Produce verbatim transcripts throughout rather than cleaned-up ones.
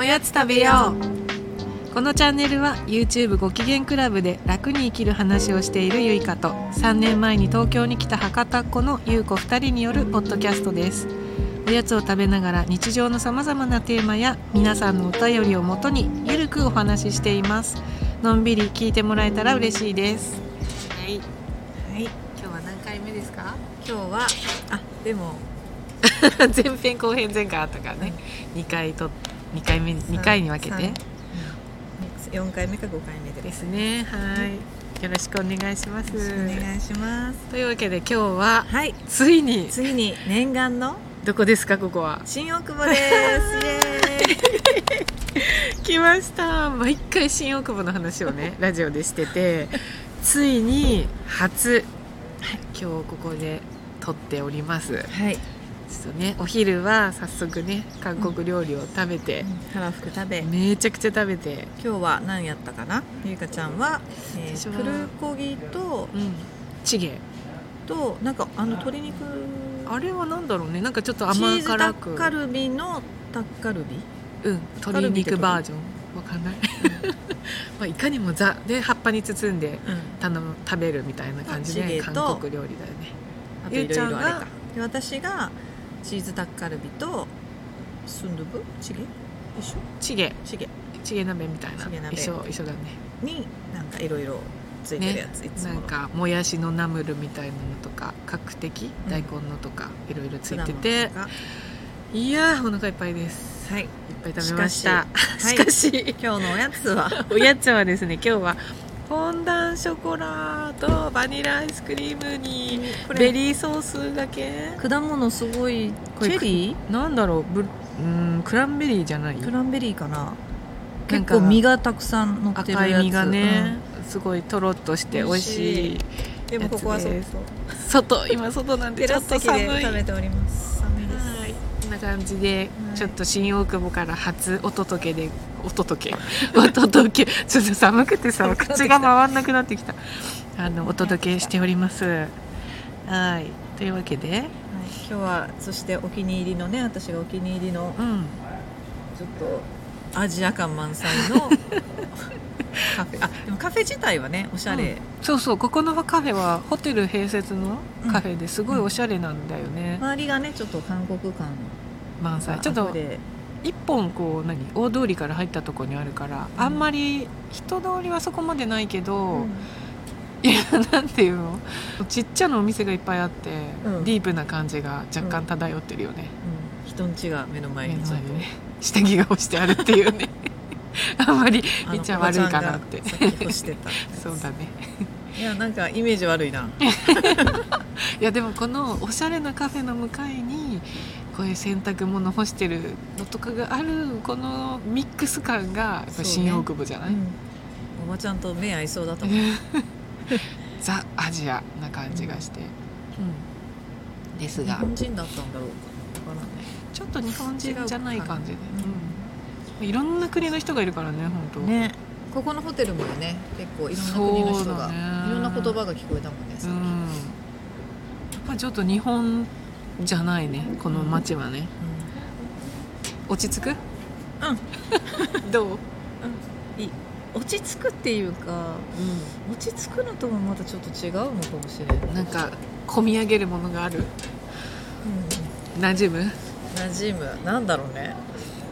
おやつ食べよう。このチャンネルは YouTube ご機嫌クラブで楽に生きる話をしているゆいかとさんねんまえに東京に来た博多っ子のゆうこふたりによるポッドキャストです。おやつを食べながら日常のさまざまなテーマや皆さんのお便りをもとにゆるくお話ししています。のんびり聞いてもらえたら嬉しいです。はい、はい、今日は何回目ですか？ 今日はあでも前編後編前回あったからね、うん、にかいとにかいめにかいに分けてよんかいめかごかいめでですね。はい、よろしくお願いします。 よろしくお願いします。 というわけで今日は、 はい、 ついについに念願のどこですか？ここは新大久保です。イエーイ来ました。毎回新大久保の話をねラジオでしててついに初、はい、今日ここで撮っております。 はい、 ちょっとね、お昼は早速ね韓国料理を食べて、 たらふく食べめちゃくちゃ食べて、 今日は何やったかな。ゆいかちゃんは、えー、プルコギと、 うん、チゲとなんかあの鶏肉、 あれはなんだろうね、なんかちょっと甘辛くチーズタくッカルビのタッカルビ、 うん、鶏肉バージョンわかんない、うんまあ、いかにもザで葉っぱに包んで、うん、頼む食べるみたいな感じで韓国料理だよね。 あといろいろあれかで、私がチーズタッカルビとスンドゥブチゲ一緒チゲチゲチゲ鍋みたいな一緒一緒だね。 になんかいろいろついてるやつ、ね、いつもなんかもやしのナムルみたいなのとか角的大根のとかいろいろついてて、うん、いやーお腹いっぱいです。はい、いっぱい食べました。しかし、はい、 今日のおやつはおやつはですね、今日はフォンダンショコラとバニラアイスクリームにベリーソースがけ、 果物すごいチェリーなんだろう、ブうんクランベリーじゃない、 クランベリーかな。結構実がたくさん乗ってるやつ、 赤い実がね、うん、すごいとろっとして美味しい。 でもここは外外今外なんでちょっと寒い。 テラス席で食べております。寒いです。 はい、こんな感じで、はい、ちょっと新大久保から初お届けでお届けお届けちょっと寒くてさ口が回んなくなってきたあのお届けしております。はい、というわけで、はい、 今日はそしてお気に入りのね、私がお気に入りの、うん、ちょっとアジア感満載のカフェ、あでもカフェ自体はねおしゃれ、うん、 そうそう、ここのカフェはホテル併設のカフェですごいおしゃれなんだよね、 うん、周りがねちょっと韓国感満載、ちょっと一本こう何大通りから入ったところにあるから、うん、あんまり人通りはそこまでないけど、うん、いやなんていうの、ちっちゃなお店がいっぱいあって、うん、ディープな感じが若干漂ってるよね、 うん、人ん家が目の前にちょっと、 ね、下着が干してあるっていうねあんまり見ちゃ悪いかなってさっき干してたそうだね。 いやなんかイメージ悪いな。 いやでもこのおしゃれなカフェの向かいにこういう洗濯物干してるのとかがあるこのミックス感がやっぱ新大久保じゃない、ね、 うん、おばちゃんと目合いそうだと思うザ・アジアな感じがして、うんうん、ですが日本人だったんだろうかわからない、 ちょっと日本人じゃない感じで、うん、いろんな国の人がいるからね、本当ね。 ここのホテルもね結構いろんな国の人が、ね、いろんな言葉が聞こえたもんね、さっき、うん、やっぱりちょっと日本じゃないね、この街はね、うん、落ち着く？うんどう？うん、 いい、落ち着くっていうか、うん、落ち着くのともまたちょっと違うのかもしれない。 なんか込み上げるものがある、うん、馴染む馴染むなんだろうね、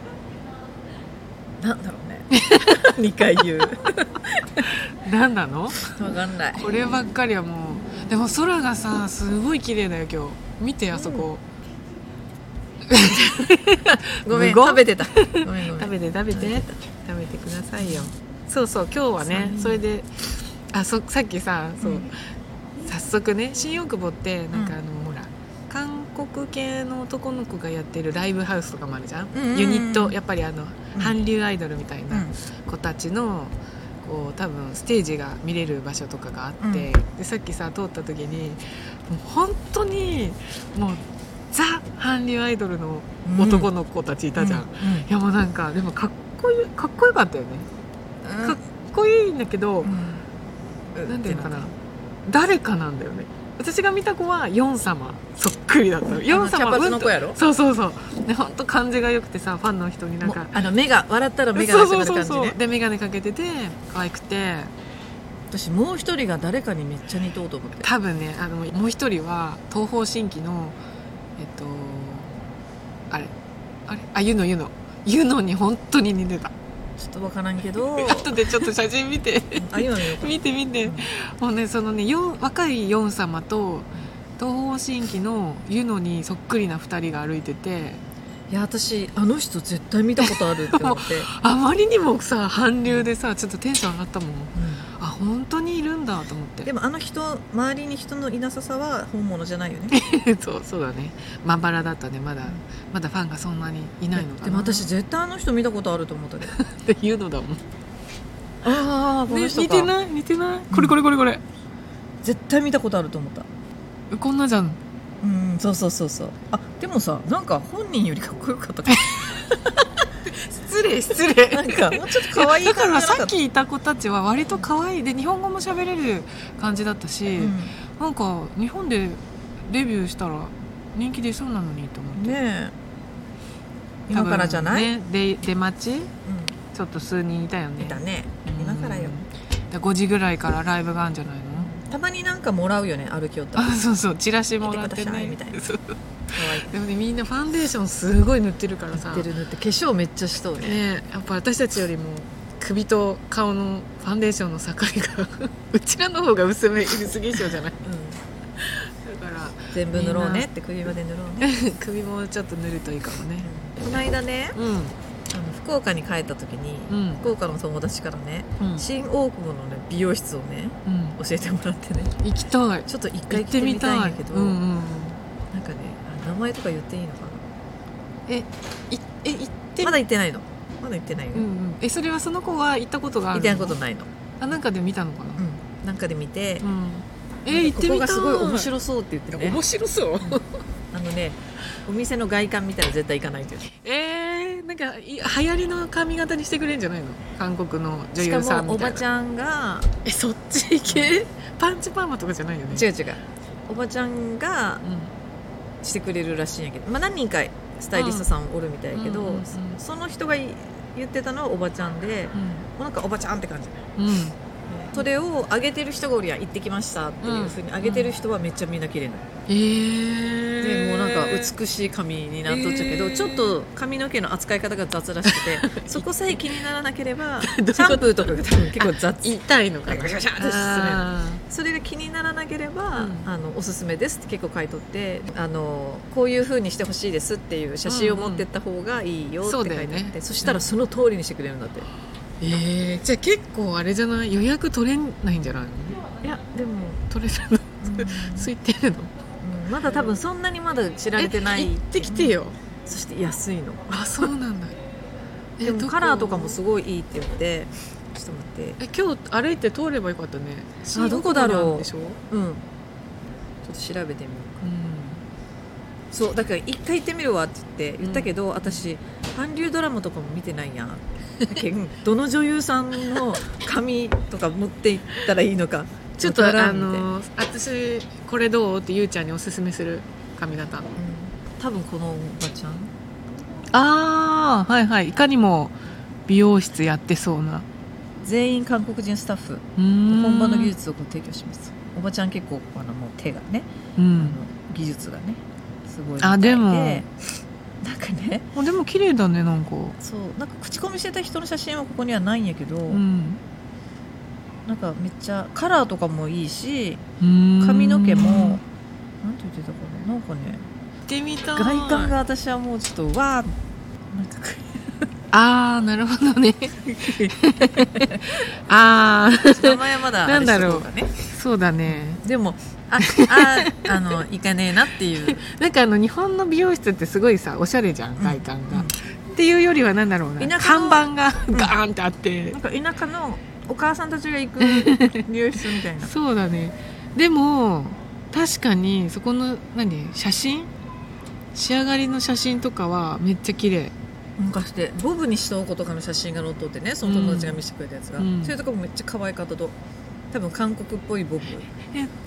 なんだろうねにかい言う何なの？ 分かんない。 こればっかりはもう、でも空がさすごい綺麗だよ今日。見てあそこ、 うん、ごめん食べてたごめんごめん食べて食べて食べてくださいよ。そうそう今日はね、それであそさっきさそう、うん、早速ね新大久保ってなんかあの、うん、ほら韓国系の男の子がやってるライブハウスとかもあるじゃん、うんうんうん、ユニット、やっぱりあの、うん、韓流アイドルみたいな子たちのこう多分ステージが見れる場所とかがあって、うん、でさっきさ通った時にもう本当にもうザ・韓流アイドルの男の子たちいたじゃん、うんうん、いやもうなんかでもかっこいいかっこよかったよね、うん、かっこいいんだけど、うん、なんていうのかな、誰かなんだよね。 私が見た子はヨン様そっくりだったヨン様茶髪の子やろ、 うん、そうそうそうで本当感じが良くてさファンの人になんかあの目が笑ったら目がなくなる感じね。 そうそうそうで眼鏡かけてて可愛くて、 私もう一人が誰かにめっちゃ似とうと思って。 多分ねあのもう一人は東方神起のえっとあれあれあユノユノユノに本当に似てた。 ちょっとわからんけど後でちょっと写真見てあユノユノ見て見て、うん、もうねそのねヨン若いヨン様と東方神起のユノにそっくりなふたりが歩いてて、 いや私あの人絶対見たことあるって思ってあまりにもさ韓流でさちょっとテンション上がったもん、うん、あ本当にいるんだと思って。 でもあの人周りに人のいなささは本物じゃないよねそうそうだねまばらだったねまだ、うん、まだファンがそんなにいないのかな。 でも私絶対あの人見たことあると思ったけどっていうのだもん。 ああこの人か、 ね、似てない似てないこれこれこれこれ、うん、 絶対見たことあると思った。 こんなじゃん。 うんそうそうそうそう。あでもさなんか本人よりかっこよかったか失礼失礼なんかもうちょっと可愛いだか感じらさっきいた子たちは割と可愛いで日本語も喋れる感じだったし、うん、なんか日本でデビューしたら人気出そうなのにと思ってねえ今からじゃない、 ね、で出待ち、うん、ちょっと数人いたよね。 いたね今からよ。 ごじぐらいからライブがあるんじゃないの。 たまになんかもらうよね歩きよったら。 あそうそうチラシもらってねみたいなでもねみんなファンデーションすごい塗ってるからさ塗ってる塗って化粧めっちゃしとうね。 ねやっぱ私たちよりも首と顔のファンデーションの境がうちらの方が薄め薄化粧じゃない、うん、だから全部塗ろうねって首まで塗ろうね首もちょっと塗るといいかもね、 うん、この間ね、うん、あの福岡に帰った時に、うん、福岡の友達からね、うん、新大久保の、ね、美容室をね、うん、教えてもらってね行きたいちょっと一回来てみたいんだけど、うんうん、なんかね名前とか言っていいのかな。 えいえ行ってまだ行ってないのまだ行ってないよ、うんうん、 えそれはその子は行ったことがあるの。 行ったことないの。 あなんかで見たのかな、 うん、なんかで見て、うん、 え行ってみたい。 ここがすごい面白そうって言ってね。 面白そう、うん、 あのねお店の外観見たら絶対行かないという。 えー、なんか流行りの髪型にしてくれるんじゃないの韓国の女優さんみたいな。 しかもおばちゃんがえそっち系、うん、パンチパーマとかじゃないよね。 違う違うおばちゃんがしてくれるらしいんやけど、まあ、何人かスタイリストさんおるみたいやけど、うんうんうんうん、その人が言ってたのはおばちゃんで、うん、もうなんかおばちゃんって感じ、うん、それを上げてる人がおりゃ行ってきましたっていうふうに上げてる人はめっちゃみんな綺麗なの、 えー、 でもうなんか美しい髪になっとっちゃうけど、えー、ちょっと髪の毛の扱い方が雑らしくてそこさえ気にならなければシャンプーとかが多分結構雑痛いのかなそれが気にならなければ、うん、あのおすすめですって結構書いとってあのこういう風にしてほしいですっていう写真を持ってった方がいいよって書いてあって、うんうん そ, ね、そしたらその通りにしてくれるんだって、 えー、じゃあ結構あれじゃない予約取れないんじゃないの。 いやでも取れるの、うん、空いてるの、 うん、まだ多分そんなにまだ知られてない。 行ってきてよ、 うん、そして安いの。 あそうなんだでもカラーとかもすごいいいって言ってちょっと待ってえ今日歩いて通ればよかったね。 あどこだろうでしょ、 うん、ちょっと調べてみようか、うん、そうだから一回行ってみるわって言って言ったけど、うん、私韓流ドラマとかも見てないやんどの女優さんの髪とか持っていったらいいのかちょっとあの私これどうってゆうちゃんにおすすめする髪型、うん、 多分このおばちゃんああはいはいいかにも美容室やってそうな全員韓国人スタッフ本場の技術をご提供します。おばちゃん結構あのもう手がね、うん、あの技術がねすごいみたいで。あでもなんかねでも綺麗だねなんかそうなんか口コミしてた人の写真はここにはないんやけど、うん、なんかめっちゃカラーとかもいいし髪の毛もなんて言ってたかななんかねてみたい外観が私はもうちょっとわーなんかあーなるほどねあー名前はまだなんだろうそうだねでもあああの行かねえなっていうなんかあの日本の美容室ってすごすごいさおしゃれじゃん外観が、うんうん、っていうよりはなんだろうな看板がガーンってあって、 うん、なんか田舎のお母さんたちが行く美容室みたいなそうだね。でも確かにそこの何写真仕上がりの写真とかはめっちゃ綺麗。 昔でボブにしとう子とかの写真が載っとってねその友達が見せてくれたやつが、うん、それとかもめっちゃ可愛かったと多分韓国っぽいボブえ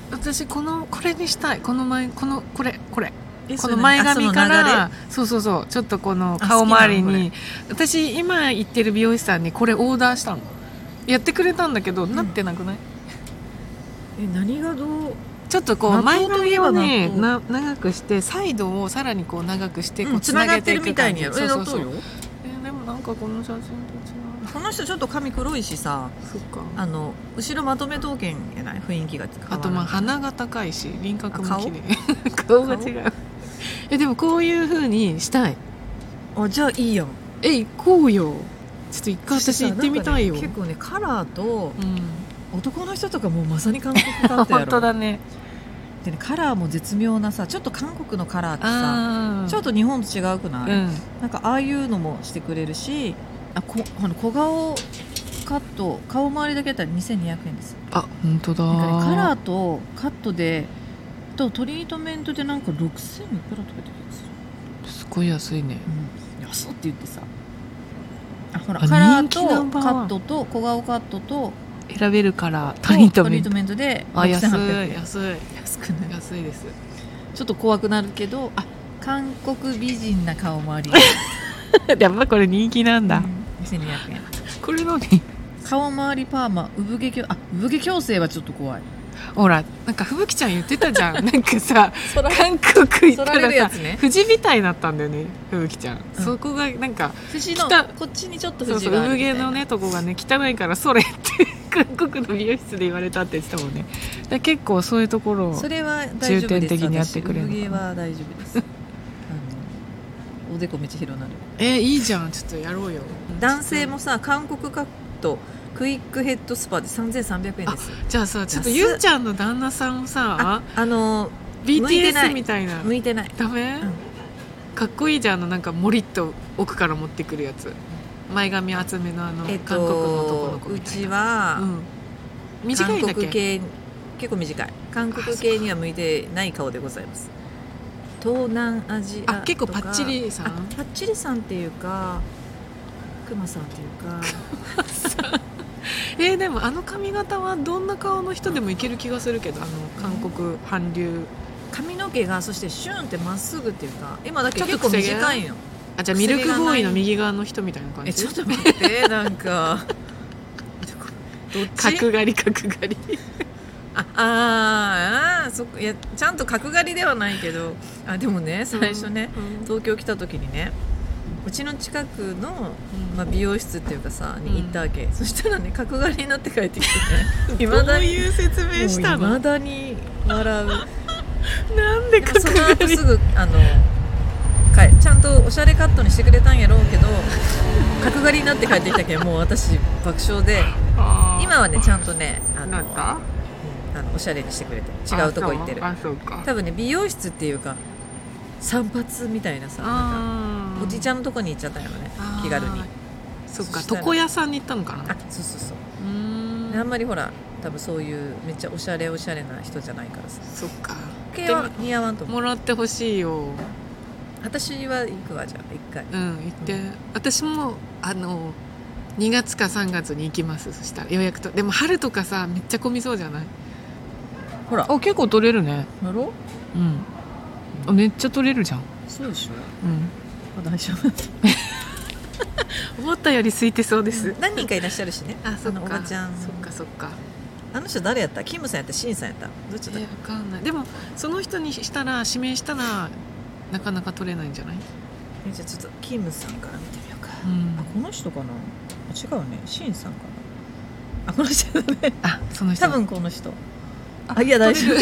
私このこれにしたい。この前このこれこれえこの前髪かそれ何らあそうそうそうちょっとこのあ顔周り好きなのに私今行ってる美容師さんにこれオーダーしたの。やってくれたんだけど、 んなってなくない？ それえ何がどうちょっとこう納前豆といえば髪をね納な長くしてサイドをさらにこう長くしてこうつつながってなげていくるみたいにやるそうそうそうえ納豆よえでもなんかこの写真と違う。 この人ちょっと髪黒いしさそっか。 あの後ろまとめ刀剣やない雰囲気が変わらないあとまあ鼻が高いし輪郭もあ顔綺麗顔が違う。えでもこういう風にしたい。 あじゃあいいやんえ行こうよ。ちょっと一回私行ってみたいよ。 なんかね結構ねカラーとうん男の人とかもうまさに韓国カットやろ本当だね。 でねカラーも絶妙なさちょっと韓国のカラーってさあーちょっと日本と違うくない、 うんなんかああいうのもしてくれるしあこあの小顔カット顔周りだけだったらにせんにひゃくえんです。 あ本当だ。 なんかねカラーとカットでとトリートメントでなんかろくせんいくらとかで気がする、 すごい安いね。 うん、安っって言ってさあほらあカラー人気ナとンバーワンカットと小顔カットと選べるからトリートトリーメント。 トメントであ安いろくせんはっぴゃくえん安い安くない安いです。 ちょっと怖くなるけどあ韓国美人な顔周りやっぱこれ人気なんだ。 うんにせんにひゃくえんこれ何？ 顔周りパーマ産毛矯あ産毛矯正はちょっと怖いほらなんか吹雪ちゃん言ってたじゃん。なんかさそら韓国行ったそられらさるやつね藤みたいになったんだよね吹雪ちゃん、 うんそこがなんか節の北こっちにちょっとそう節があるそう産毛みたいなのねとこがね汚いからそれって韓国の美容室で言われたって言ってたもんね。だから結構そういうところをそれは大丈夫です。 重点的にやってくれるのかな私産毛は大丈夫ですあのおでこめっちゃ広なるえいいじゃんちょっとやろうよ。 男性もさ韓国カットクイックヘッドスパでさんぜんさんびゃくえんです。 じゃあさちょっと安っゆうちゃんの旦那さんをさああの向いてなビーティーエスいみたいな向いてないダメ、 うんかっこいいじゃんあのなんかモリッと奥から持ってくるやつ前髪厚めのあの、 えっ韓国の男のとうち子みたいな、 は、 うん、短いんだっけ韓国系結構短い韓国系には向いてない顔でございます。東南アジアとかあ結構パッチリさんあパッチリさんっていうかクマさんっていうかえーでもあの髪型はどんな顔の人でもいける気がするけどあの韓国韓流髪の毛がそしてシュンってまっすぐっていうか今だけちょっと結構短いの。 あじゃあミルクボーイの右側の人みたいな感じ。 えちょっと待ってなんかどっち角刈り角刈りああーあーそっかいやちゃんと角刈りではないけどあでもね最初ね、 うん東京来た時にねうちの近くの、 うんまあ、美容室っていうかさに行ったわけ、そしたらね角刈りになって帰ってきてねいどうまだにいう説明したの。 いまだに笑うなんででもそ角刈りの後すぐあのかえちゃんとおしゃれカットにしてくれたんやろうけど角刈りになって帰ってきたけどもう私爆笑であー今はねちゃんとねあのなんかうんあのおしゃれにしてくれて違うとこ行ってるあそうあそうか多分ね美容室っていうか散髪みたいなさなんかあーおじちゃんのとこに行っちゃったんやろねあー気軽にそっかそしたら床屋さんに行ったのかな。 あそうそうそううーんであんまりほら多分そういうめっちゃおしゃれおしゃれな人じゃないからさそっか毛は似合わんと思うもらってほしいよ。 私は行くわじゃあ一回うん行って、 うん私もあのにがつかさんがつに行きます。そしたら予約とでも春とかさめっちゃ混みそうじゃない。 ほらあ結構取れるね。 やろうんあめっちゃ取れるじゃん。 そうでしょうんあ大丈夫思ったより空いてそうです、 何人かいらっしゃるしねあそっかのおばちゃんそっかそっかあの人誰やったキムさんやったシンさんやったどっちだっえわかんない。でもその人にしたら指名したらなかなか取れないんじゃない。 えじゃあちょっとキムさんから見てみようか、 うんあこの人かなあ違うねシンさんかなあこの人だねあその人多分この人あいや大丈夫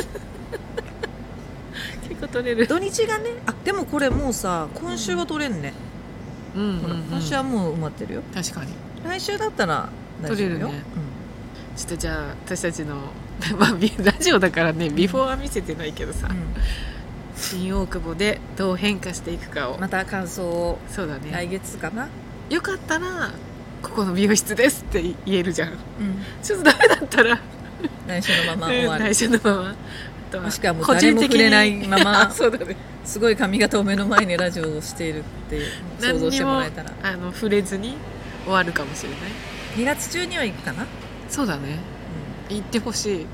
結構取れる。 土日がねあでもこれもうさ今週は取れんね、 うんうんうんほら今週はもう埋まってるよ確かに。 来週だったら大丈夫よ取れるねちょっとじゃあ私たちの、まあ、ビラジオだからねビフォーは見せてないけどさ、 うん新大久保でどう変化していくかを、 うんまた感想をそうだね来月かな、 よかったらここの美容室ですって言えるじゃん。 うん、 ちょっとダメだったら来週のまま終わる来週のままあとはもしくはもう個人的に誰も触れないままあそうだねすごい髪型を目の前にラジオをしているっていう想像してもらえたら何にもあの触れずに終わるかもしれない。 にがつ中には行くかな、 そうだねうん言ってほしい。 行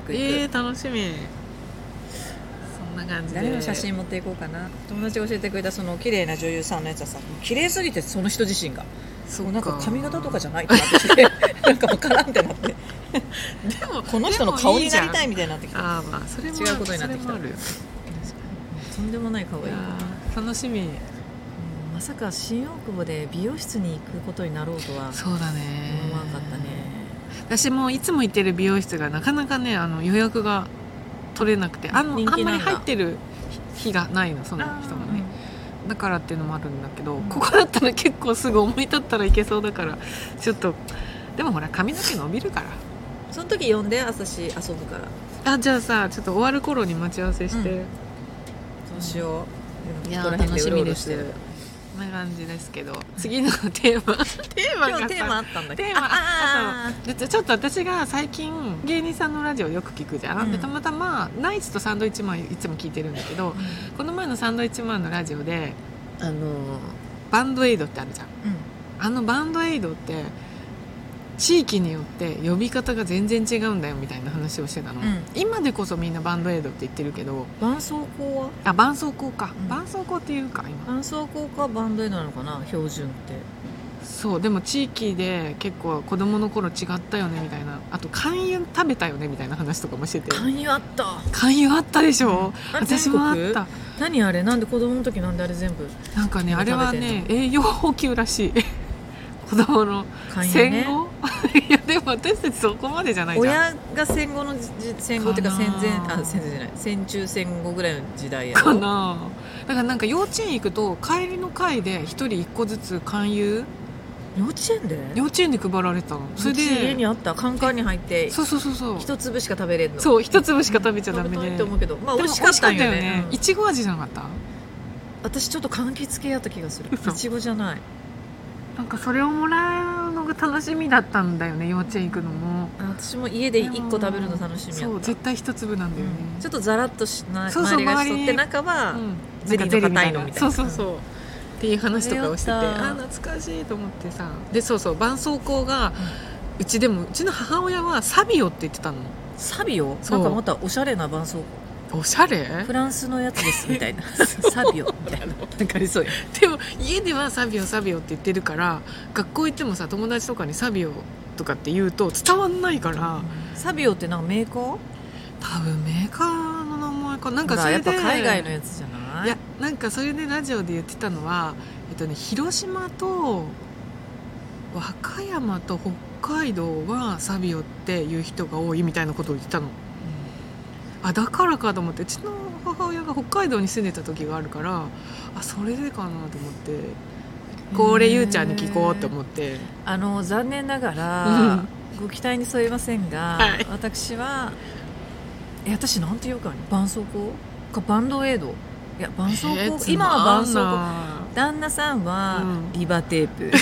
く行く、 えー、楽しみ。そんな感じで誰の写真持っていこうかな。友達が教えてくれたその綺麗な女優さんのやつはさ、綺麗すぎてその人自身がそうもうなんか髪型とかじゃないってなってきてなんか分からんってなってでもこの人の顔になりたいみたいになってきて、 ああまあそれも違うことになってきたそれもあるよ。 とんでもない顔がいい。 いやー楽しみ。 うんまさか新大久保で美容室に行くことになろうとはそうだね。 思わなかったね。 私もいつも行ってる美容室がなかなかねあの予約が取れなくて、あの人気なんだあんまり入ってる日がないのその人がね。だからっていうのもあるんだけど、 うんここだったら結構すぐ思い立ったらいけそうだからちょっとでもほら髪の毛伸びるからその時呼んで朝し遊ぶからあじゃあさちょっと終わる頃に待ち合わせして、 うんそうしよう。 いやここら辺楽しみですうろうろしてる。 こんな感じですけど次のテーマテーマがさ今日テーマあったんだけどテーマあああとでちょっと私が最近芸人さんのラジオよく聞くじゃん、 うんでたまたまナイツとサンドイッチマンいつも聞いてるんだけど、この前のサンドイッチマンのラジオであのバンドエイドってあるじゃん。 うんあのバンドエイドって地域によって呼び方が全然違うんだよみたいな話をしてたの、 うん今でこそみんなバンドエイドって言ってるけど絆創膏はあ絆創膏か、 うん絆創膏っていうか今絆創膏かバンドエイドなのかな標準って。 そうでも地域で結構子供の頃違ったよねみたいなあと肝油食べたよねみたいな話とかもしてて勧誘あった。 肝油あったでしょ、 あれ私もあっ全国た。 何あれなんで子供の時なんであれ全部なんかねあれは食べね栄養補給らしい子供の勧誘戦ね。 後いやでも私たちそこまでじゃないじゃん親が戦後のじ戦後っていうかかな戦前あ戦前じゃない戦中戦後ぐらいの時代やろかな。だからなんか幼稚園行くと帰りの会で一人一個ずつ勧誘幼稚園で幼稚園で配られてたの。それうち家にであったカンカンに入ってそうそうそうそう一粒しか食べれんの。 そう一粒しか食べちゃダメで、 食べたいって思うけどまあでも美味しかったんよ美味しね。うんいちご味じゃなかった。 私ちょっと柑橘系やった気がする。 嘘いちごじゃない。 なんかそれをもらうのが楽しみだったんだよね幼稚園行くのも。 あ私も家でいっこ食べるの楽しみやそうった。 絶対一粒なんだよね、 うんちょっとザラッとしなそうそう周りがしとっ周りにて中はうんゼリーの硬いのみたいな。 そうそうそう、っていう話とかをしててあれやったあ懐かしいと思ってさでそうそう絆創膏が、うちでもうちの母親はサビオって言ってたの。 サビオそうなんかまたおしゃれな絆創膏おしゃれフランスのやつですみたいなサビオみたいななんかありそうや。 でも家ではサビオサビオって言ってるから学校行ってもさ友達とかにサビオとかって言うと伝わんないからサビオってなんかメーカー多分メーカーの名前かなんかほらやっそれでぱ海外のやつじゃないいやなんかそれでラジオで言ってたのは、えっとね、広島と和歌山と北海道はサビオっていう人が多いみたいなことを言ってたの。あだからかと思ってうちの母親が北海道に住んでた時があるからあそれでかなと思ってこれゆうちゃんに聞こうと思ってあの残念ながうらんご期待に添えませんが、 はい私はえ私なんて言うかね絆創膏かバンドエイドいや絆創えー膏今は絆創つまん膏な旦那さんはうんリバテープ、リバ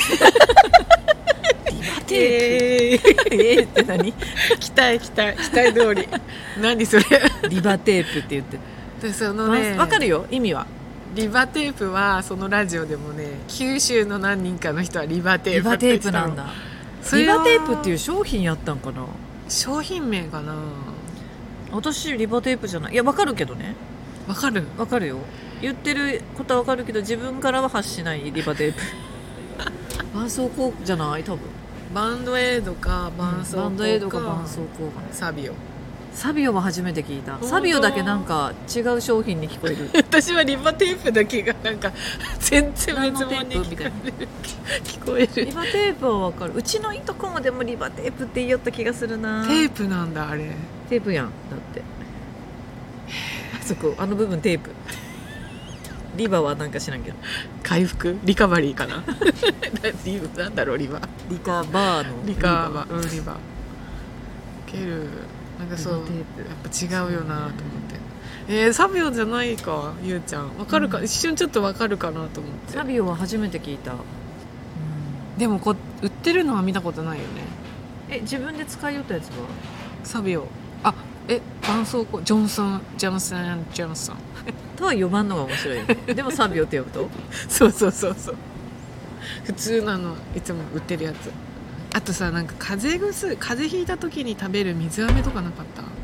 テープえー、 えーって何期待期待期待通り何それリバテープって言ってでそのねわかるよ意味はリバテープはそのラジオでもね九州の何人かの人はリバテープリバテーって言ってたのプなんだそれはリバテープっていう商品やったんかな商品名かな私リバテープじゃないいやわかるけどねわかるわかるよ言ってることはわかるけど自分からは発しないリバテープ絆創膏じゃない多分バンドエイドか絆創膏か、 バンドエイドか絆創膏かねサビオサビオは初めて聞いた当サビオだけなんか違う商品に聞こえる私はリバテープだけがなんか全然別物に聞こえる聞こえるリバテープはわかるうちのいとこもでもリバテープって言いよった気がするなテープなんだあれテープやんだってあそこあの部分テープリバはなんか知らんけど回復リカバリーかなリなんだろうリバリカバーのリカバうんリバウケるなんかそうリバテープやっぱ違うよなと思ってえー、サビオじゃないかゆうちゃんわかるか、 うん一瞬ちょっとわかるかなと思ってサビオは初めて聞いた、うん、 でもこ売ってるのは見たことないよねえ自分で使いよったやつはサビオあえ絆創膏ジョンソンジョンソンジョンソンとは呼ばんのが面白いよねでもサビオって呼ぶとそうそうそうそう普通なのいつも売ってるやつあとさなんか風邪ぐす風邪ひいた時に食べる水飴とかなかった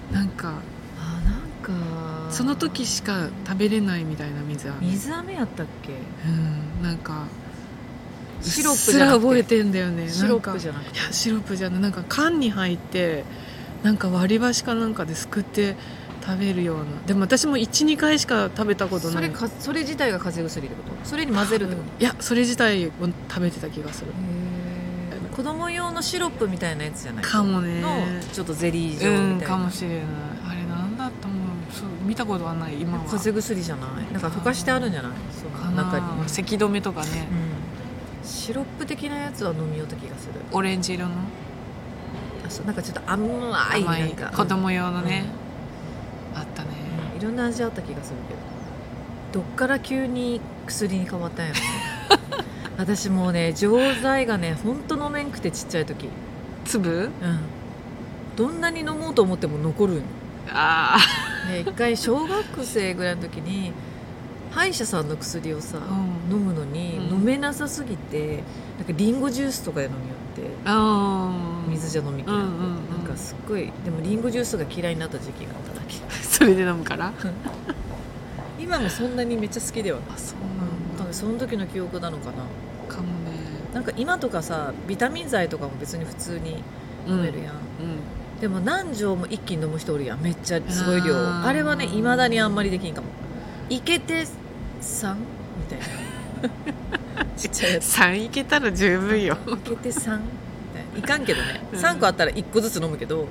なんかあなんかその時しか食べれないみたいな水飴水飴やったっけ。 うんなんかシロップすじゃなくてら覚えてんだよね。 シロップじゃなくてんかいやシロップじゃないなんか缶に入ってなんか割り箸かなんかですくって食べるような。でも私も いちにかいしか食べたことない。 それかそれ自体が風邪薬ってこと。それに混ぜるってこと。 いやそれ自体を食べてた気がする。 へー子供用のシロップみたいなやつじゃないかもねのちょっとゼリー状うんみたいな、 かもしれない。あれなんだったもんそう見たことはない今は。 風邪薬じゃないなんか溶かしてあるんじゃないそかなの中に、 咳止めとかね、 うん、シロップ的なやつは飲みようた気がする。 オレンジ色のあそうなんかちょっと甘い甘ないんか子供用のね、あったね。 いろんな味あった気がするけどどっから急に薬に変わったんやろね私もうね錠剤がねほんと飲めんくてちっちゃい時、 粒うん、どんなに飲もうと思っても残るんあで一回小学生ぐらいの時に歯医者さんの薬をさ、 うん飲むのにうん飲めなさすぎてなんかリンゴジュースとかで飲みよってあ水じゃ飲みきらん、 うんうんうんなんかすっごいでもリンゴジュースが嫌いになった時期があっただけそれで飲むから今もそんなにめっちゃ好きではない、 あそう多分その時の記憶なのかな。 かもね。 なんか今とかさビタミン剤とかも別に普通に飲めるやん、 うんでも何錠も一気に飲む人おるやんめっちゃすごい量。 あーあれはねいまだにあんまりできんかも。いけてさんみたいなちっちゃいやつさんいけたら十分よいけてさんみたいないかんけどね、 うんさんこあったらいっこずつ飲むけど、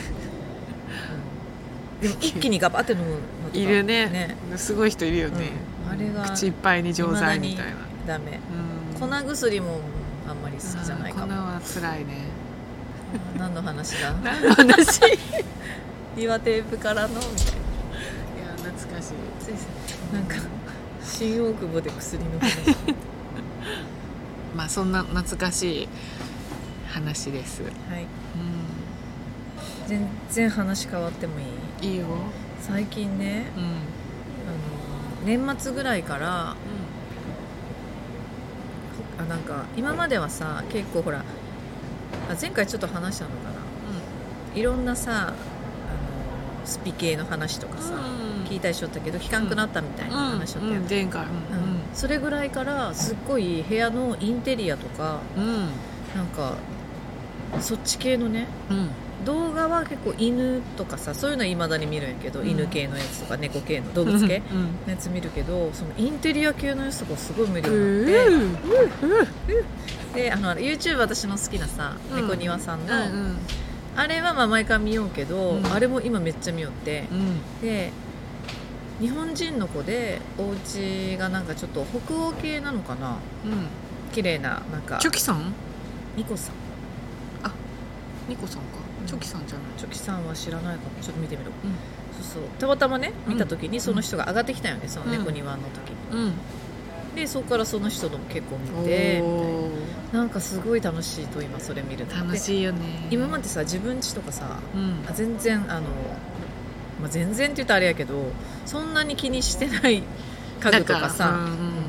でも一気にガバって飲むのとかいるねね、 すごい人いるよね、 うんあれが口いっぱいに錠剤みたいな。 ダメ。 うん粉薬もあんまり好きじゃないかも。 粉は辛いね。 何の話だ何の話いや岩テープからのみたいな。 懐かしい。 ついなんか新大久保で薬の話まあそんな懐かしい話です。 はい、 う全然話変わってもいい。 ん、いいよ。 最近ねうん、 あの年末ぐらいからあなんか今まではさ結構ほらあ前回ちょっと話したのかないろんなさあのスピ系の話とかさ、 うん、 聞いたりしとったけど聞かんくなったみたいな話しとったやん、 うんうん、前回、うんうんそれぐらいからすっごい部屋のインテリアとかうんなんかそっち系のねうん動画は結構犬とかさそういうのはいまだに見るんやけど、うん、犬系のやつとか猫系の動物系うんのやつ見るけどそのインテリア系のやつとかすごい見るようになってであの YouTube 私の好きなさ、うん、猫庭さんの、うんうん、あれはまあ毎回見ようけど、うん、あれも今めっちゃ見よって、うん、で日本人の子でお家がなんかちょっと北欧系なのかな、うん、綺麗ななんかチョキさんニコさんあニコさんかチョキさんじゃないチョキさんは知らないかもちょっと見てみろ、うん、そうそうたまたまね見た時にその人が上がってきたよね、うん、その猫庭の時に、うん、でそこからその人とも結構見てみたいななんかすごい楽しいと今それ見るの楽しいよね今までさ自分家とかさ、うん、全然あの、まあ、全然って言ったらあれやけどそんなに気にしてない家具とかさ、うんうんうん、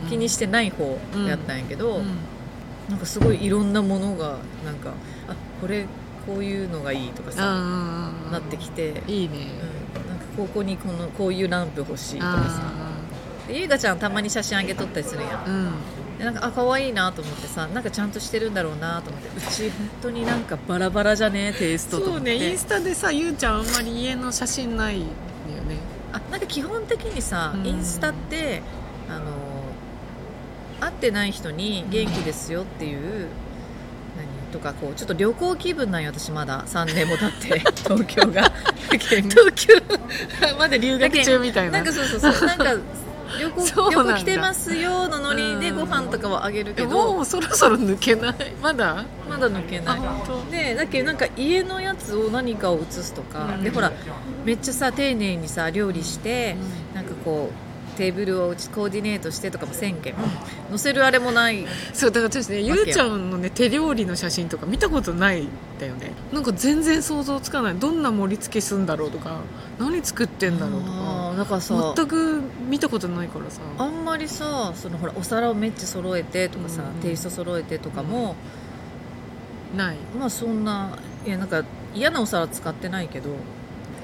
気にしてない方やったんやけど、うんうん、なんかすごいいろんなものがなんかあこれこういうのがいいとかさなってきていいね、 うん、なんかここにこのこういうランプ欲しいとかさゆいかちゃんたまに写真あげとったりするやん、うん、でなんかあ可愛いなと思ってさなんかちゃんとしてるんだろうなと思ってうち本当になんかバラバラじゃねテイストと思ってそうねインスタでさゆうちゃんあんまり家の写真ないよねあなんか基本的にさ、うん、インスタってあの会ってない人に元気ですよっていう、うんとかこうちょっと旅行気分なんよ私まださんねんも経って東京が東京まだ留学中みたいななんかそうそうそうなんか旅行旅行来てますよのノリでご飯とかはあげるけどもうそろそろ抜けないまだまだ抜けないでだけどなんか家のやつを何かを写すとか、うん、でほらめっちゃさ丁寧にさ料理して、うん、なんかこうテーブルをコーディネートしてとかもせんけん載せるあれもないそうだから私ねゆうちゃんのね手料理の写真とか見たことないんだよねなんか全然想像つかないどんな盛り付けするんだろうとか何作ってんだろうとかだからさ全く見たことないからさあんまりさそのほらお皿をめっちゃ揃えてとかさ、うん、テイスト揃えてとかも、 うん、ないまあそんないやなんか嫌なお皿使ってないけど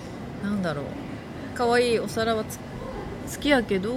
なんだろう、可愛いお皿はつ好きやけど、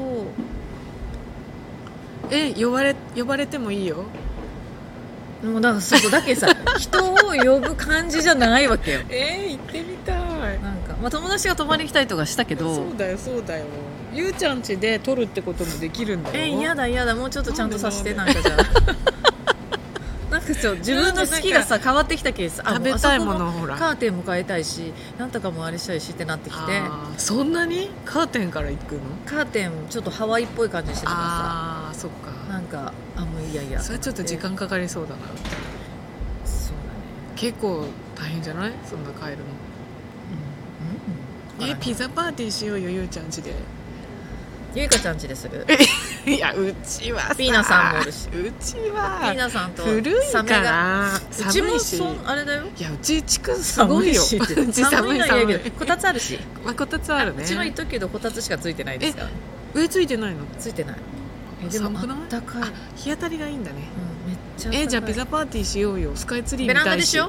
え呼ばれ呼ばれてもいいよ。 でもだからそうだけさ人を呼ぶ感じじゃないわけよ。 えー、行ってみたい。 なんか、まあ、友達が泊まりに来たりとかしたけど、 そうだよそうだよ、ゆうちゃん家で撮るってこともできるんだよ。 え嫌だ嫌だ、もうちょっとちゃんとさせて、なんかじゃあなんかそう自分の好きがさ変わってきたけどさ、 食べたいものあそこほらカーテンも変えたいし、なんとかもあれしたいしってなってきて、 あーそんなにカーテンから行くの？ カーテンちょっとハワイっぽい感じにしてたからさ、 ああそっか。 なんかあもういやいや、 それはちょっと時間かかりそうだな。 そうだね、 結構大変じゃない？そんな帰るの。 うんうん、 えピザパーティーしようよゆうちゃん家で。 ゆいかちゃん家でする？ いやうちはさピーナさんもおるし、 うちピーはナさんと古いサメが、 からうちも寒いし。 そんあれだよ、 いやうち地区すご寒いよ。 いしってうち寒寒いい寒いの嫌やけどこたつあるし、 まあこたつあるね。 うちは言っとくけどこたつしかついてないですから、 上ついてないの？ ついてない。えでも寒くない？ あったかい、 あ日当たりがいいんだね。 うん、めっちゃあったかい。 えじゃあピザパーティーしようよ。スカイツリーベラン見たいし。 ダでしよ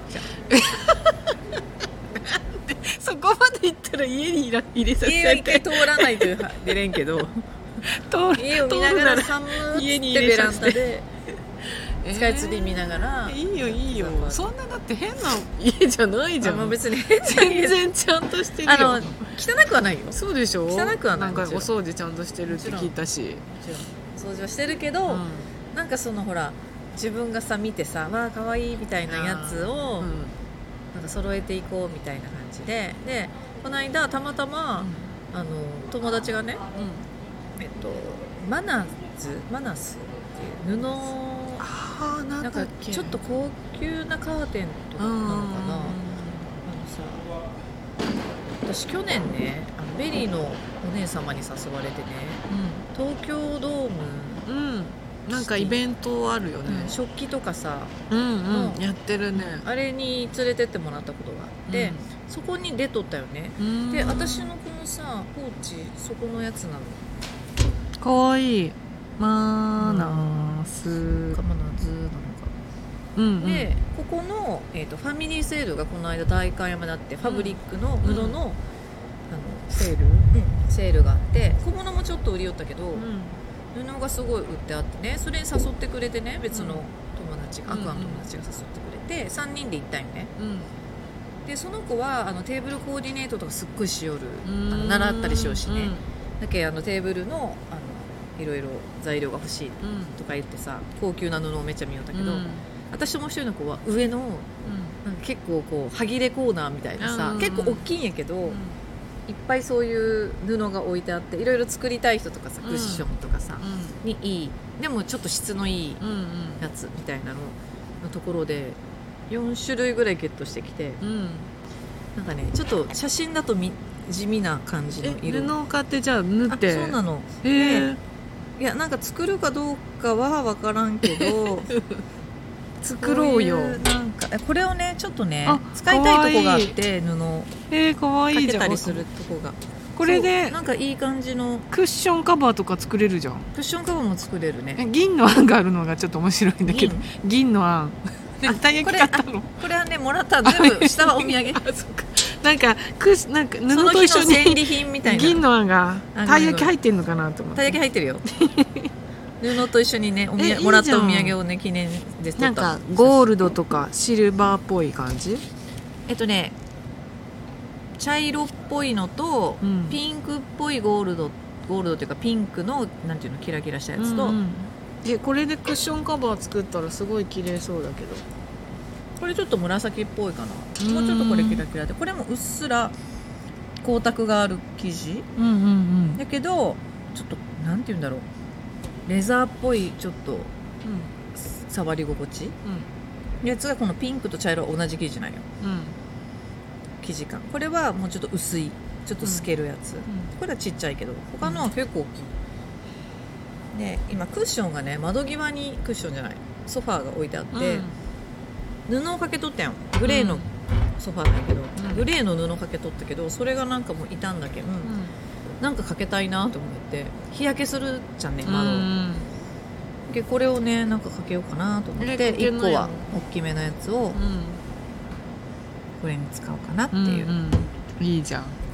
そこまで行ったら家に入れさ家を一回せて通らないと出れんけど通る家を見ながら寒ー家にってベラ入れさせてンダでスカイツリー見ながら、 えーいいよいいよピザパーティーそんなだって変な家じゃないじゃん。 あまあ別に全然ちゃんとしてるよ。 あの汚くはないよ、もそうでしょ。 汚くはないんかおもちろん掃除ちゃんとしてるって聞いたし。 ちろん掃除はしてるけど、 うんなんかそのほら自分がさ見てさわあ可愛いみたいなやつを、 うんなんか揃えていこうみたいな感じで、でこの間たまたま、あの友達がね、えっと、マナズマナスっていう布、 ああなんなんかだっけ。 ちょっと高級なカーテンとかなのかな、あのさ、私去年ねあのベリーのお姉様に誘われてね、東京ドーム、 うん、うん、なんかイベントあるよね。 食器とかさ、 うんうんのやってるね。 あれに連れてってもらったことがあって、そこに出とったよね。 うんで私のこのさポーチそこのやつなの、 かわいい。マナス。 カマナズなのかうんうん、 な、でここの、えー、とファミリーセールがこの間代官山であって、ファブリックの布の,、あのセール。 セールがあって小物もちょっと売り寄ったけど、 うん布がすごい売ってあってね、それに誘ってくれてね、別の友達が、 うんアクアの友達が誘ってくれてさんにんで行ったんよね。 うんでその子はあのテーブルコーディネートとかすっごいしよる、あうんの習ったりしようしね、 うんだけあのテーブルのあのいろいろ材料が欲しいうんとか言ってさ、高級な布をめっちゃ見よったけど、 うん私ともう一人の子は上のなんか結構こう歯切れコーナーみたいなさ、 うん結構大きいんやけど、 うんいっぱいそういう布が置いてあって、いろいろ作りたい人とかさ、クッションとかさ、にいい、でもちょっと質のいいうんうんやつみたいなののところでよん種類ぐらいゲットしてきて、 うんなんかねちょっと写真だとみ地味な感じのえ色。 布を買ってじゃあ縫って。 あそうなの。 へえいやなんか作るかどうかは分からんけど作ろうよ。 こいうなんかえこれをねちょっとねあ使いたいとこがあって、布えー、かわいかいじゃん。 けたりするとこがこれでそうなんかいい感じのクッションカバーとか作れるじゃん。 クッションカバーも作れるね。 え銀の案があるのがちょっと面白いんだけど。 銀銀の案。 あたい焼き買ったの。 これはねもらった全部下はお土産あそっか。なんかクッなんかその布と一緒日の戦に利品みたいな銀の案があたい焼き入ってんのかなと思ったて。 い焼き入ってるよ布と一緒にねおみえいいじゃんやもらったお土産をね記念で撮ったなんかゴールドとかシルバーっぽい感じ。 えっとね茶色っぽいのと、 うんピンクっぽいゴールドゴールドっていうかピンクのなんていうのキラキラしたやつと、 うんうんえこれでクッションカバー作ったらすごい綺麗そうだけど。 これちょっと紫っぽいかな。 うんもうちょっとこれキラキラで、これもうっすら光沢がある生地うんうんうんだけどちょっとなんていうんだろう、レザーっぽいちょっと触り心地やつがこのピンクと茶色は同じ生地なんよ。 うんうん生地感これはもうちょっと薄いちょっと透けるやつ、これはちっちゃいけど他のは結構大きいで、今クッションがね窓際にクッションじゃないソファーが置いてあって、布をかけとったやん。グレーのソファーだけど、 うんグレーの布かけとったけどそれがなんかもう傷んだけん、なんかかけたいなと思って日焼けするじゃんねうん窓、 うんでこれをねなんかかけようかなと思って、 えかけないのいっこは大きめのやつをうんこれに使おうかなっていううんうんいいじゃん。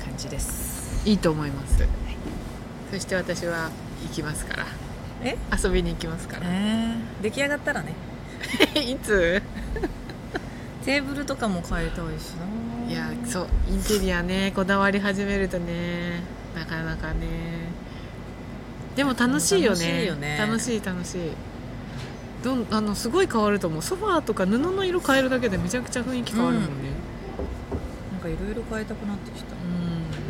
感じです。 いいと思います、はい、そして私は行きますから、 え遊びに行きますから、 えー、出来上がったらねいつテーブルとかも変えたいしな。 いやそうインテリアねこだわり始めるとねなかなかねでも楽しいよね。楽しいよね。楽しい楽しいどんあのすごい変わると思う。ソファーとか布の色変えるだけでめちゃくちゃ雰囲気変わるもんね、 うん、なんかいろいろ変えたくなってきた、うん、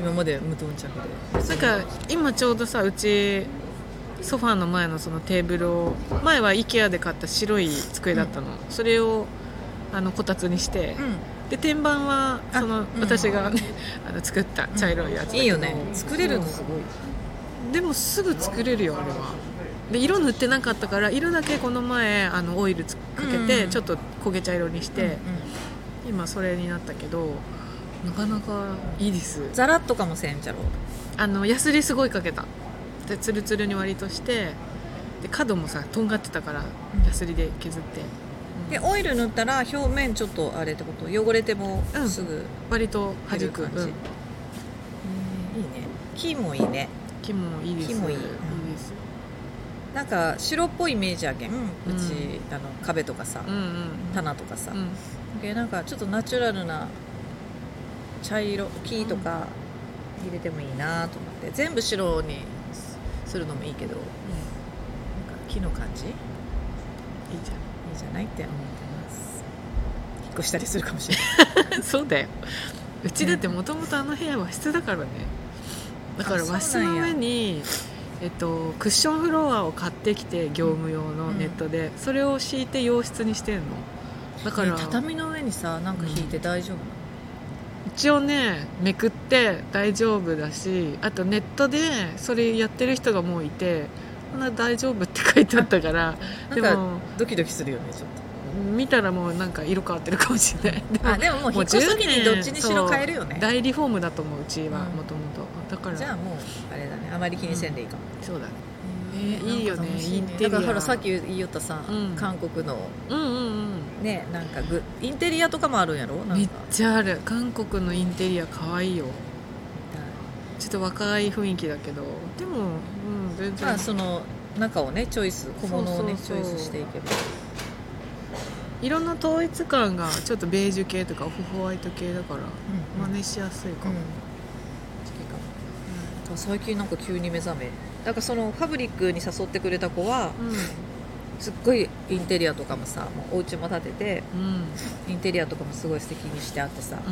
今まで無頓着で。 なんか今ちょうどさうちソファーの前のそのテーブルを前は IKEA で買った白い机だったの、うん、それをあのこたつにして、うん、で天板はその私が、ね、あの作った茶色いやつだけど、 いいよね作れるのすごい。 でもすぐ作れるよあれは。で色塗ってなかったから色だけこの前あのオイルかけてちょっと焦げ茶色にして、うんうん、今それになったけどなかなかいいです。 ザラッとかもせんじゃろ。 あのヤスリすごいかけた。でツルツルに割としてで角もさとんがってたからヤスリで削って、 うん、でオイル塗ったら表面ちょっとあれってこと汚れてもすぐ、うん、 割と弾く感じ、うん、いいね。 木もいいね。 木もいいです。 木もいい、うん、いいです。なんか白っぽいイメージあげん、うん、うちあの壁とかさ、うんうん、棚とかさ、うん、なんかちょっとナチュラルな茶色木とか入れてもいいなと思って、全部白にするのもいいけど、うん、なんか木の感じいいじゃんいいじゃないって思ってます。引っ越したりするかもしれないそうだよ。うちだってもともとあの部屋和室だからね。だから和室の上に、えっと、クッションフロアを買ってきて業務用のネットで、うん、それを敷いて洋室にしてんのだから、 ね、畳の上にさなんか引いて大丈夫なの、 うん、一応ねめくって大丈夫だし、あとネットでそれやってる人がもういてこんな大丈夫って書いてあったからでもドキドキするよねちょっと見たらもうなんか色変わってるかもしれない。 でもあでももう引っ越す時にどっちにしろ変えるよね。 大リフォームだと思ううちはもともと。だからじゃあもうあれだねあまり気にせんでいいかも、 うん、そうだね、えー、いいよねインテリア。 だからほらさっき言いよったさ、うん、韓国の、うんうんうん、ねなんかグインテリアとかもあるんやろ。なんかめっちゃある。韓国のインテリアかわいいよ、うん、ちょっと若い雰囲気だけどでも、うん、全然、 まあ、その中をねチョイス小物をねチョイスしていけば色の統一感がちょっとベージュ系とかオフホワイト系だから、うん、真似しやすいかも、うんうん、最近なんか急に目覚めだからそのファブリックに誘ってくれた子は、うん、すっごいインテリアとかもさもうお家も建てて、うん、インテリアとかもすごい素敵にしてあってさ、うん、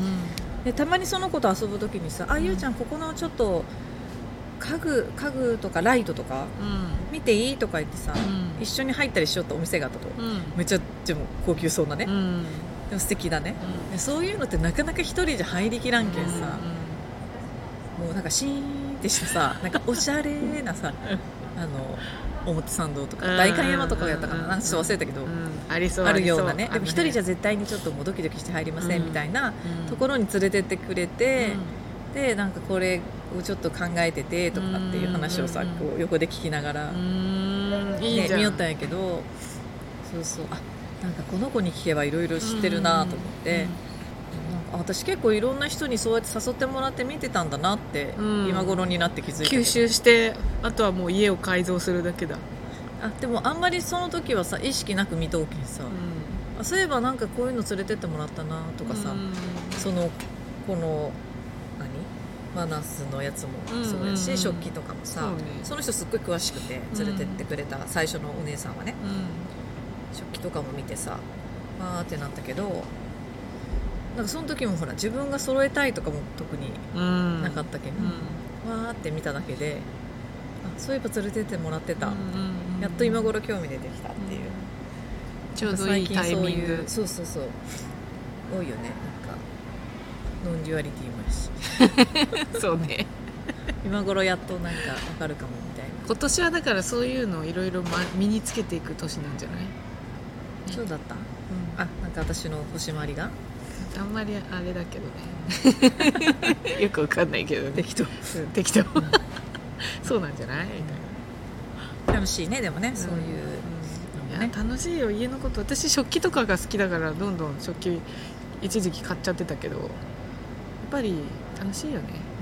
でたまにその子と遊ぶ時にさ、うん、あゆうちゃんここのちょっと家具、家具とかライトとか、うん、見ていいとか言ってさ、うん、一緒に入ったりしよったお店があったと、うん、めっちゃでも高級そうなね、うん、でも素敵だね、うん、そういうのってなかなか一人じゃ入りきらんけんさ、うん、もうなんかシーンってしてさなんかおしゃれなさあの表参道とか代官山とかやったかな、なんかちょっと忘れたけど、うん、 ありそうあるようなね。でも一人じゃ絶対にちょっともうドキドキして入りませんみたいなところに連れてってくれて、でなんかこれをちょっと考えててとかっていう話をさこう横で聞きながら、ね、いい見よったんやけど、そうそうあなんかこの子に聞けばいろいろ知ってるなと思って、なんか私結構いろんな人にそうやって誘ってもらって見てたんだなって今頃になって気づいて、 吸収してあとはもう家を改造するだけだ。 あでもあんまりその時はさ意識なく見とうけんさ、うん、あそういえばなんかこういうの連れてってもらったなとかさ、うん、そのこのマナスのやつもそうやし、うんうん、食器とかもさ そ,、ね、その人すっごい詳しくて連れてってくれた、うん、最初のお姉さんはね、うん、食器とかも見てさわーってなったけどなんかその時もほら自分が揃えたいとかも特になかったけど、うん、わーって見ただけであそういえば連れてってもらってた、うんうん、やっと今頃興味出てきたっていう、うん、 ちょうどいいタイミング。 そうそうそう多いよね。ノンデュアリティもあるしそうね今頃やっとなんか分かるかもみたいな。 今年はだからそういうのをいろいろ身につけていく年なんじゃない？ そうだった、うん、あなんか私の星回りがあんまりあれだけどねよくわかんないけど、ね、 適当適当、うん、そうなんじゃないみたいな。 楽しいねでもね、うん、そういう、うんね、いや楽しいよ家のこと。私食器とかが好きだからどんどん食器一時期買っちゃってたけどやっぱり楽しいよね、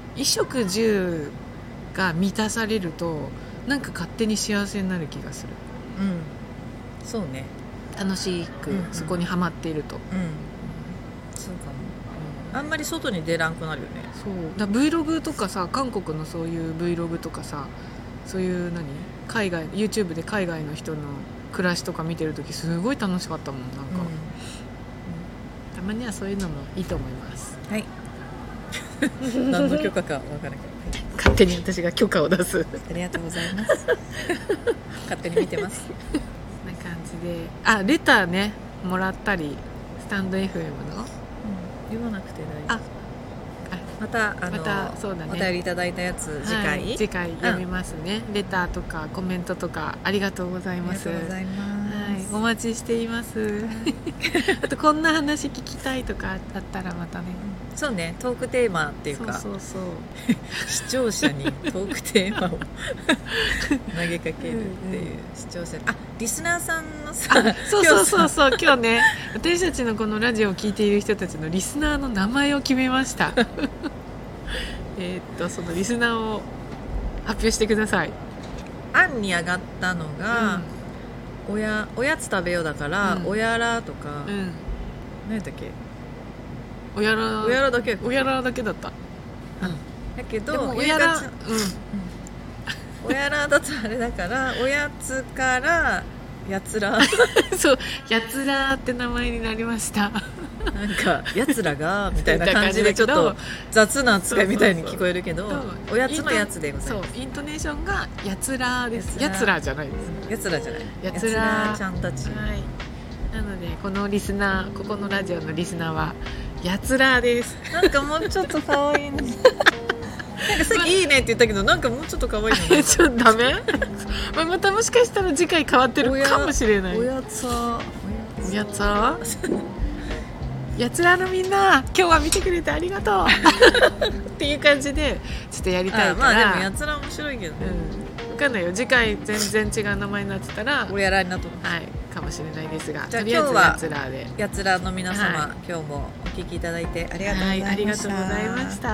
衣食住が満たされるとなんか勝手に幸せになる気がする。 うん、そうね、 楽しくそこにはまっていると、 うん、そうかも、うん、あんまり外に出らんくなるよね。 そうだ Vlog とかさ、韓国のそういう Vlog とかさ、そういう何海外 YouTube で海外の人の暮らしとか見てるときすごい楽しかったもん。なんか、うん、たまにはそういうのもいいと思います。 はい何の許可かわからないけど、 勝手に私が許可を出すありがとうございます勝手に見てますこんな感じで、あ、レターねもらったり、スタンド エフエム の、うん、 読まなくて大丈夫。 あまたあのまたそうだね、 お便りいただいたやつ次回、はい、 次回読みますね、うん、レターとかコメントとかありがとうございます。 ありがとうございます、 はい、お待ちしています、はい、あとこんな話聞きたいとかあったらまたね、 そうね、トークテーマっていうか、 そうそうそう視聴者にトークテーマを投げかけるっていう視聴者、あ、リスナーさんのさ、 そうそうそうそう今日ね、私たちのこのラジオを聞いている人たちのリスナーの名前を決めましたえっとそのリスナーを発表してください。 案に上がったのが、うん、おやおやつ食べようだから、うん、おやらとか、うん、何やったっけ、 おやらおやらだけおやらだけだった、うん、 だけどでもおやら、うん、 おやらだとあれだからおやつからやつらそう、やつらって名前になりましたなんかやつらがみたいな感じでちょっと雑な扱いみたいに聞こえるけど、そうそうそう、おやつのやつでございます。 そう、イントネーションがやつらです。やつらじゃないです。 やつらじゃない、 やつらちゃんたち、 はい、なのでこのリスナー、ここのラジオのリスナーはやつらです。 なんかもうちょっと可愛いねなんかさっきいいねって言ったけど、なんかもうちょっと可愛いのねちょっとダメまたもしかしたら次回変わってるかもしれない。 おやつはおやつはやつらのみんな今日は見てくれてありがとうっていう感じでちょっとやりたいから。 まあでもやつら面白いけどね、 うん、分かんないよ、次回全然違う名前になってたらおやらになっと思う、 はい、かもしれないですが、 じゃあとりあえずやつらで、 やつらの皆様、はい、今日もお聞きいただいてありがとうございました、はい、ありがとうございました。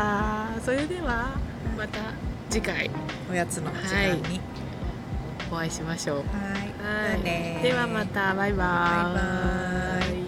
それではまた次回おやつの時間に、はい、 お会いしましょう。 はい、 はい、ではまたバイバーイ。バイバーイ。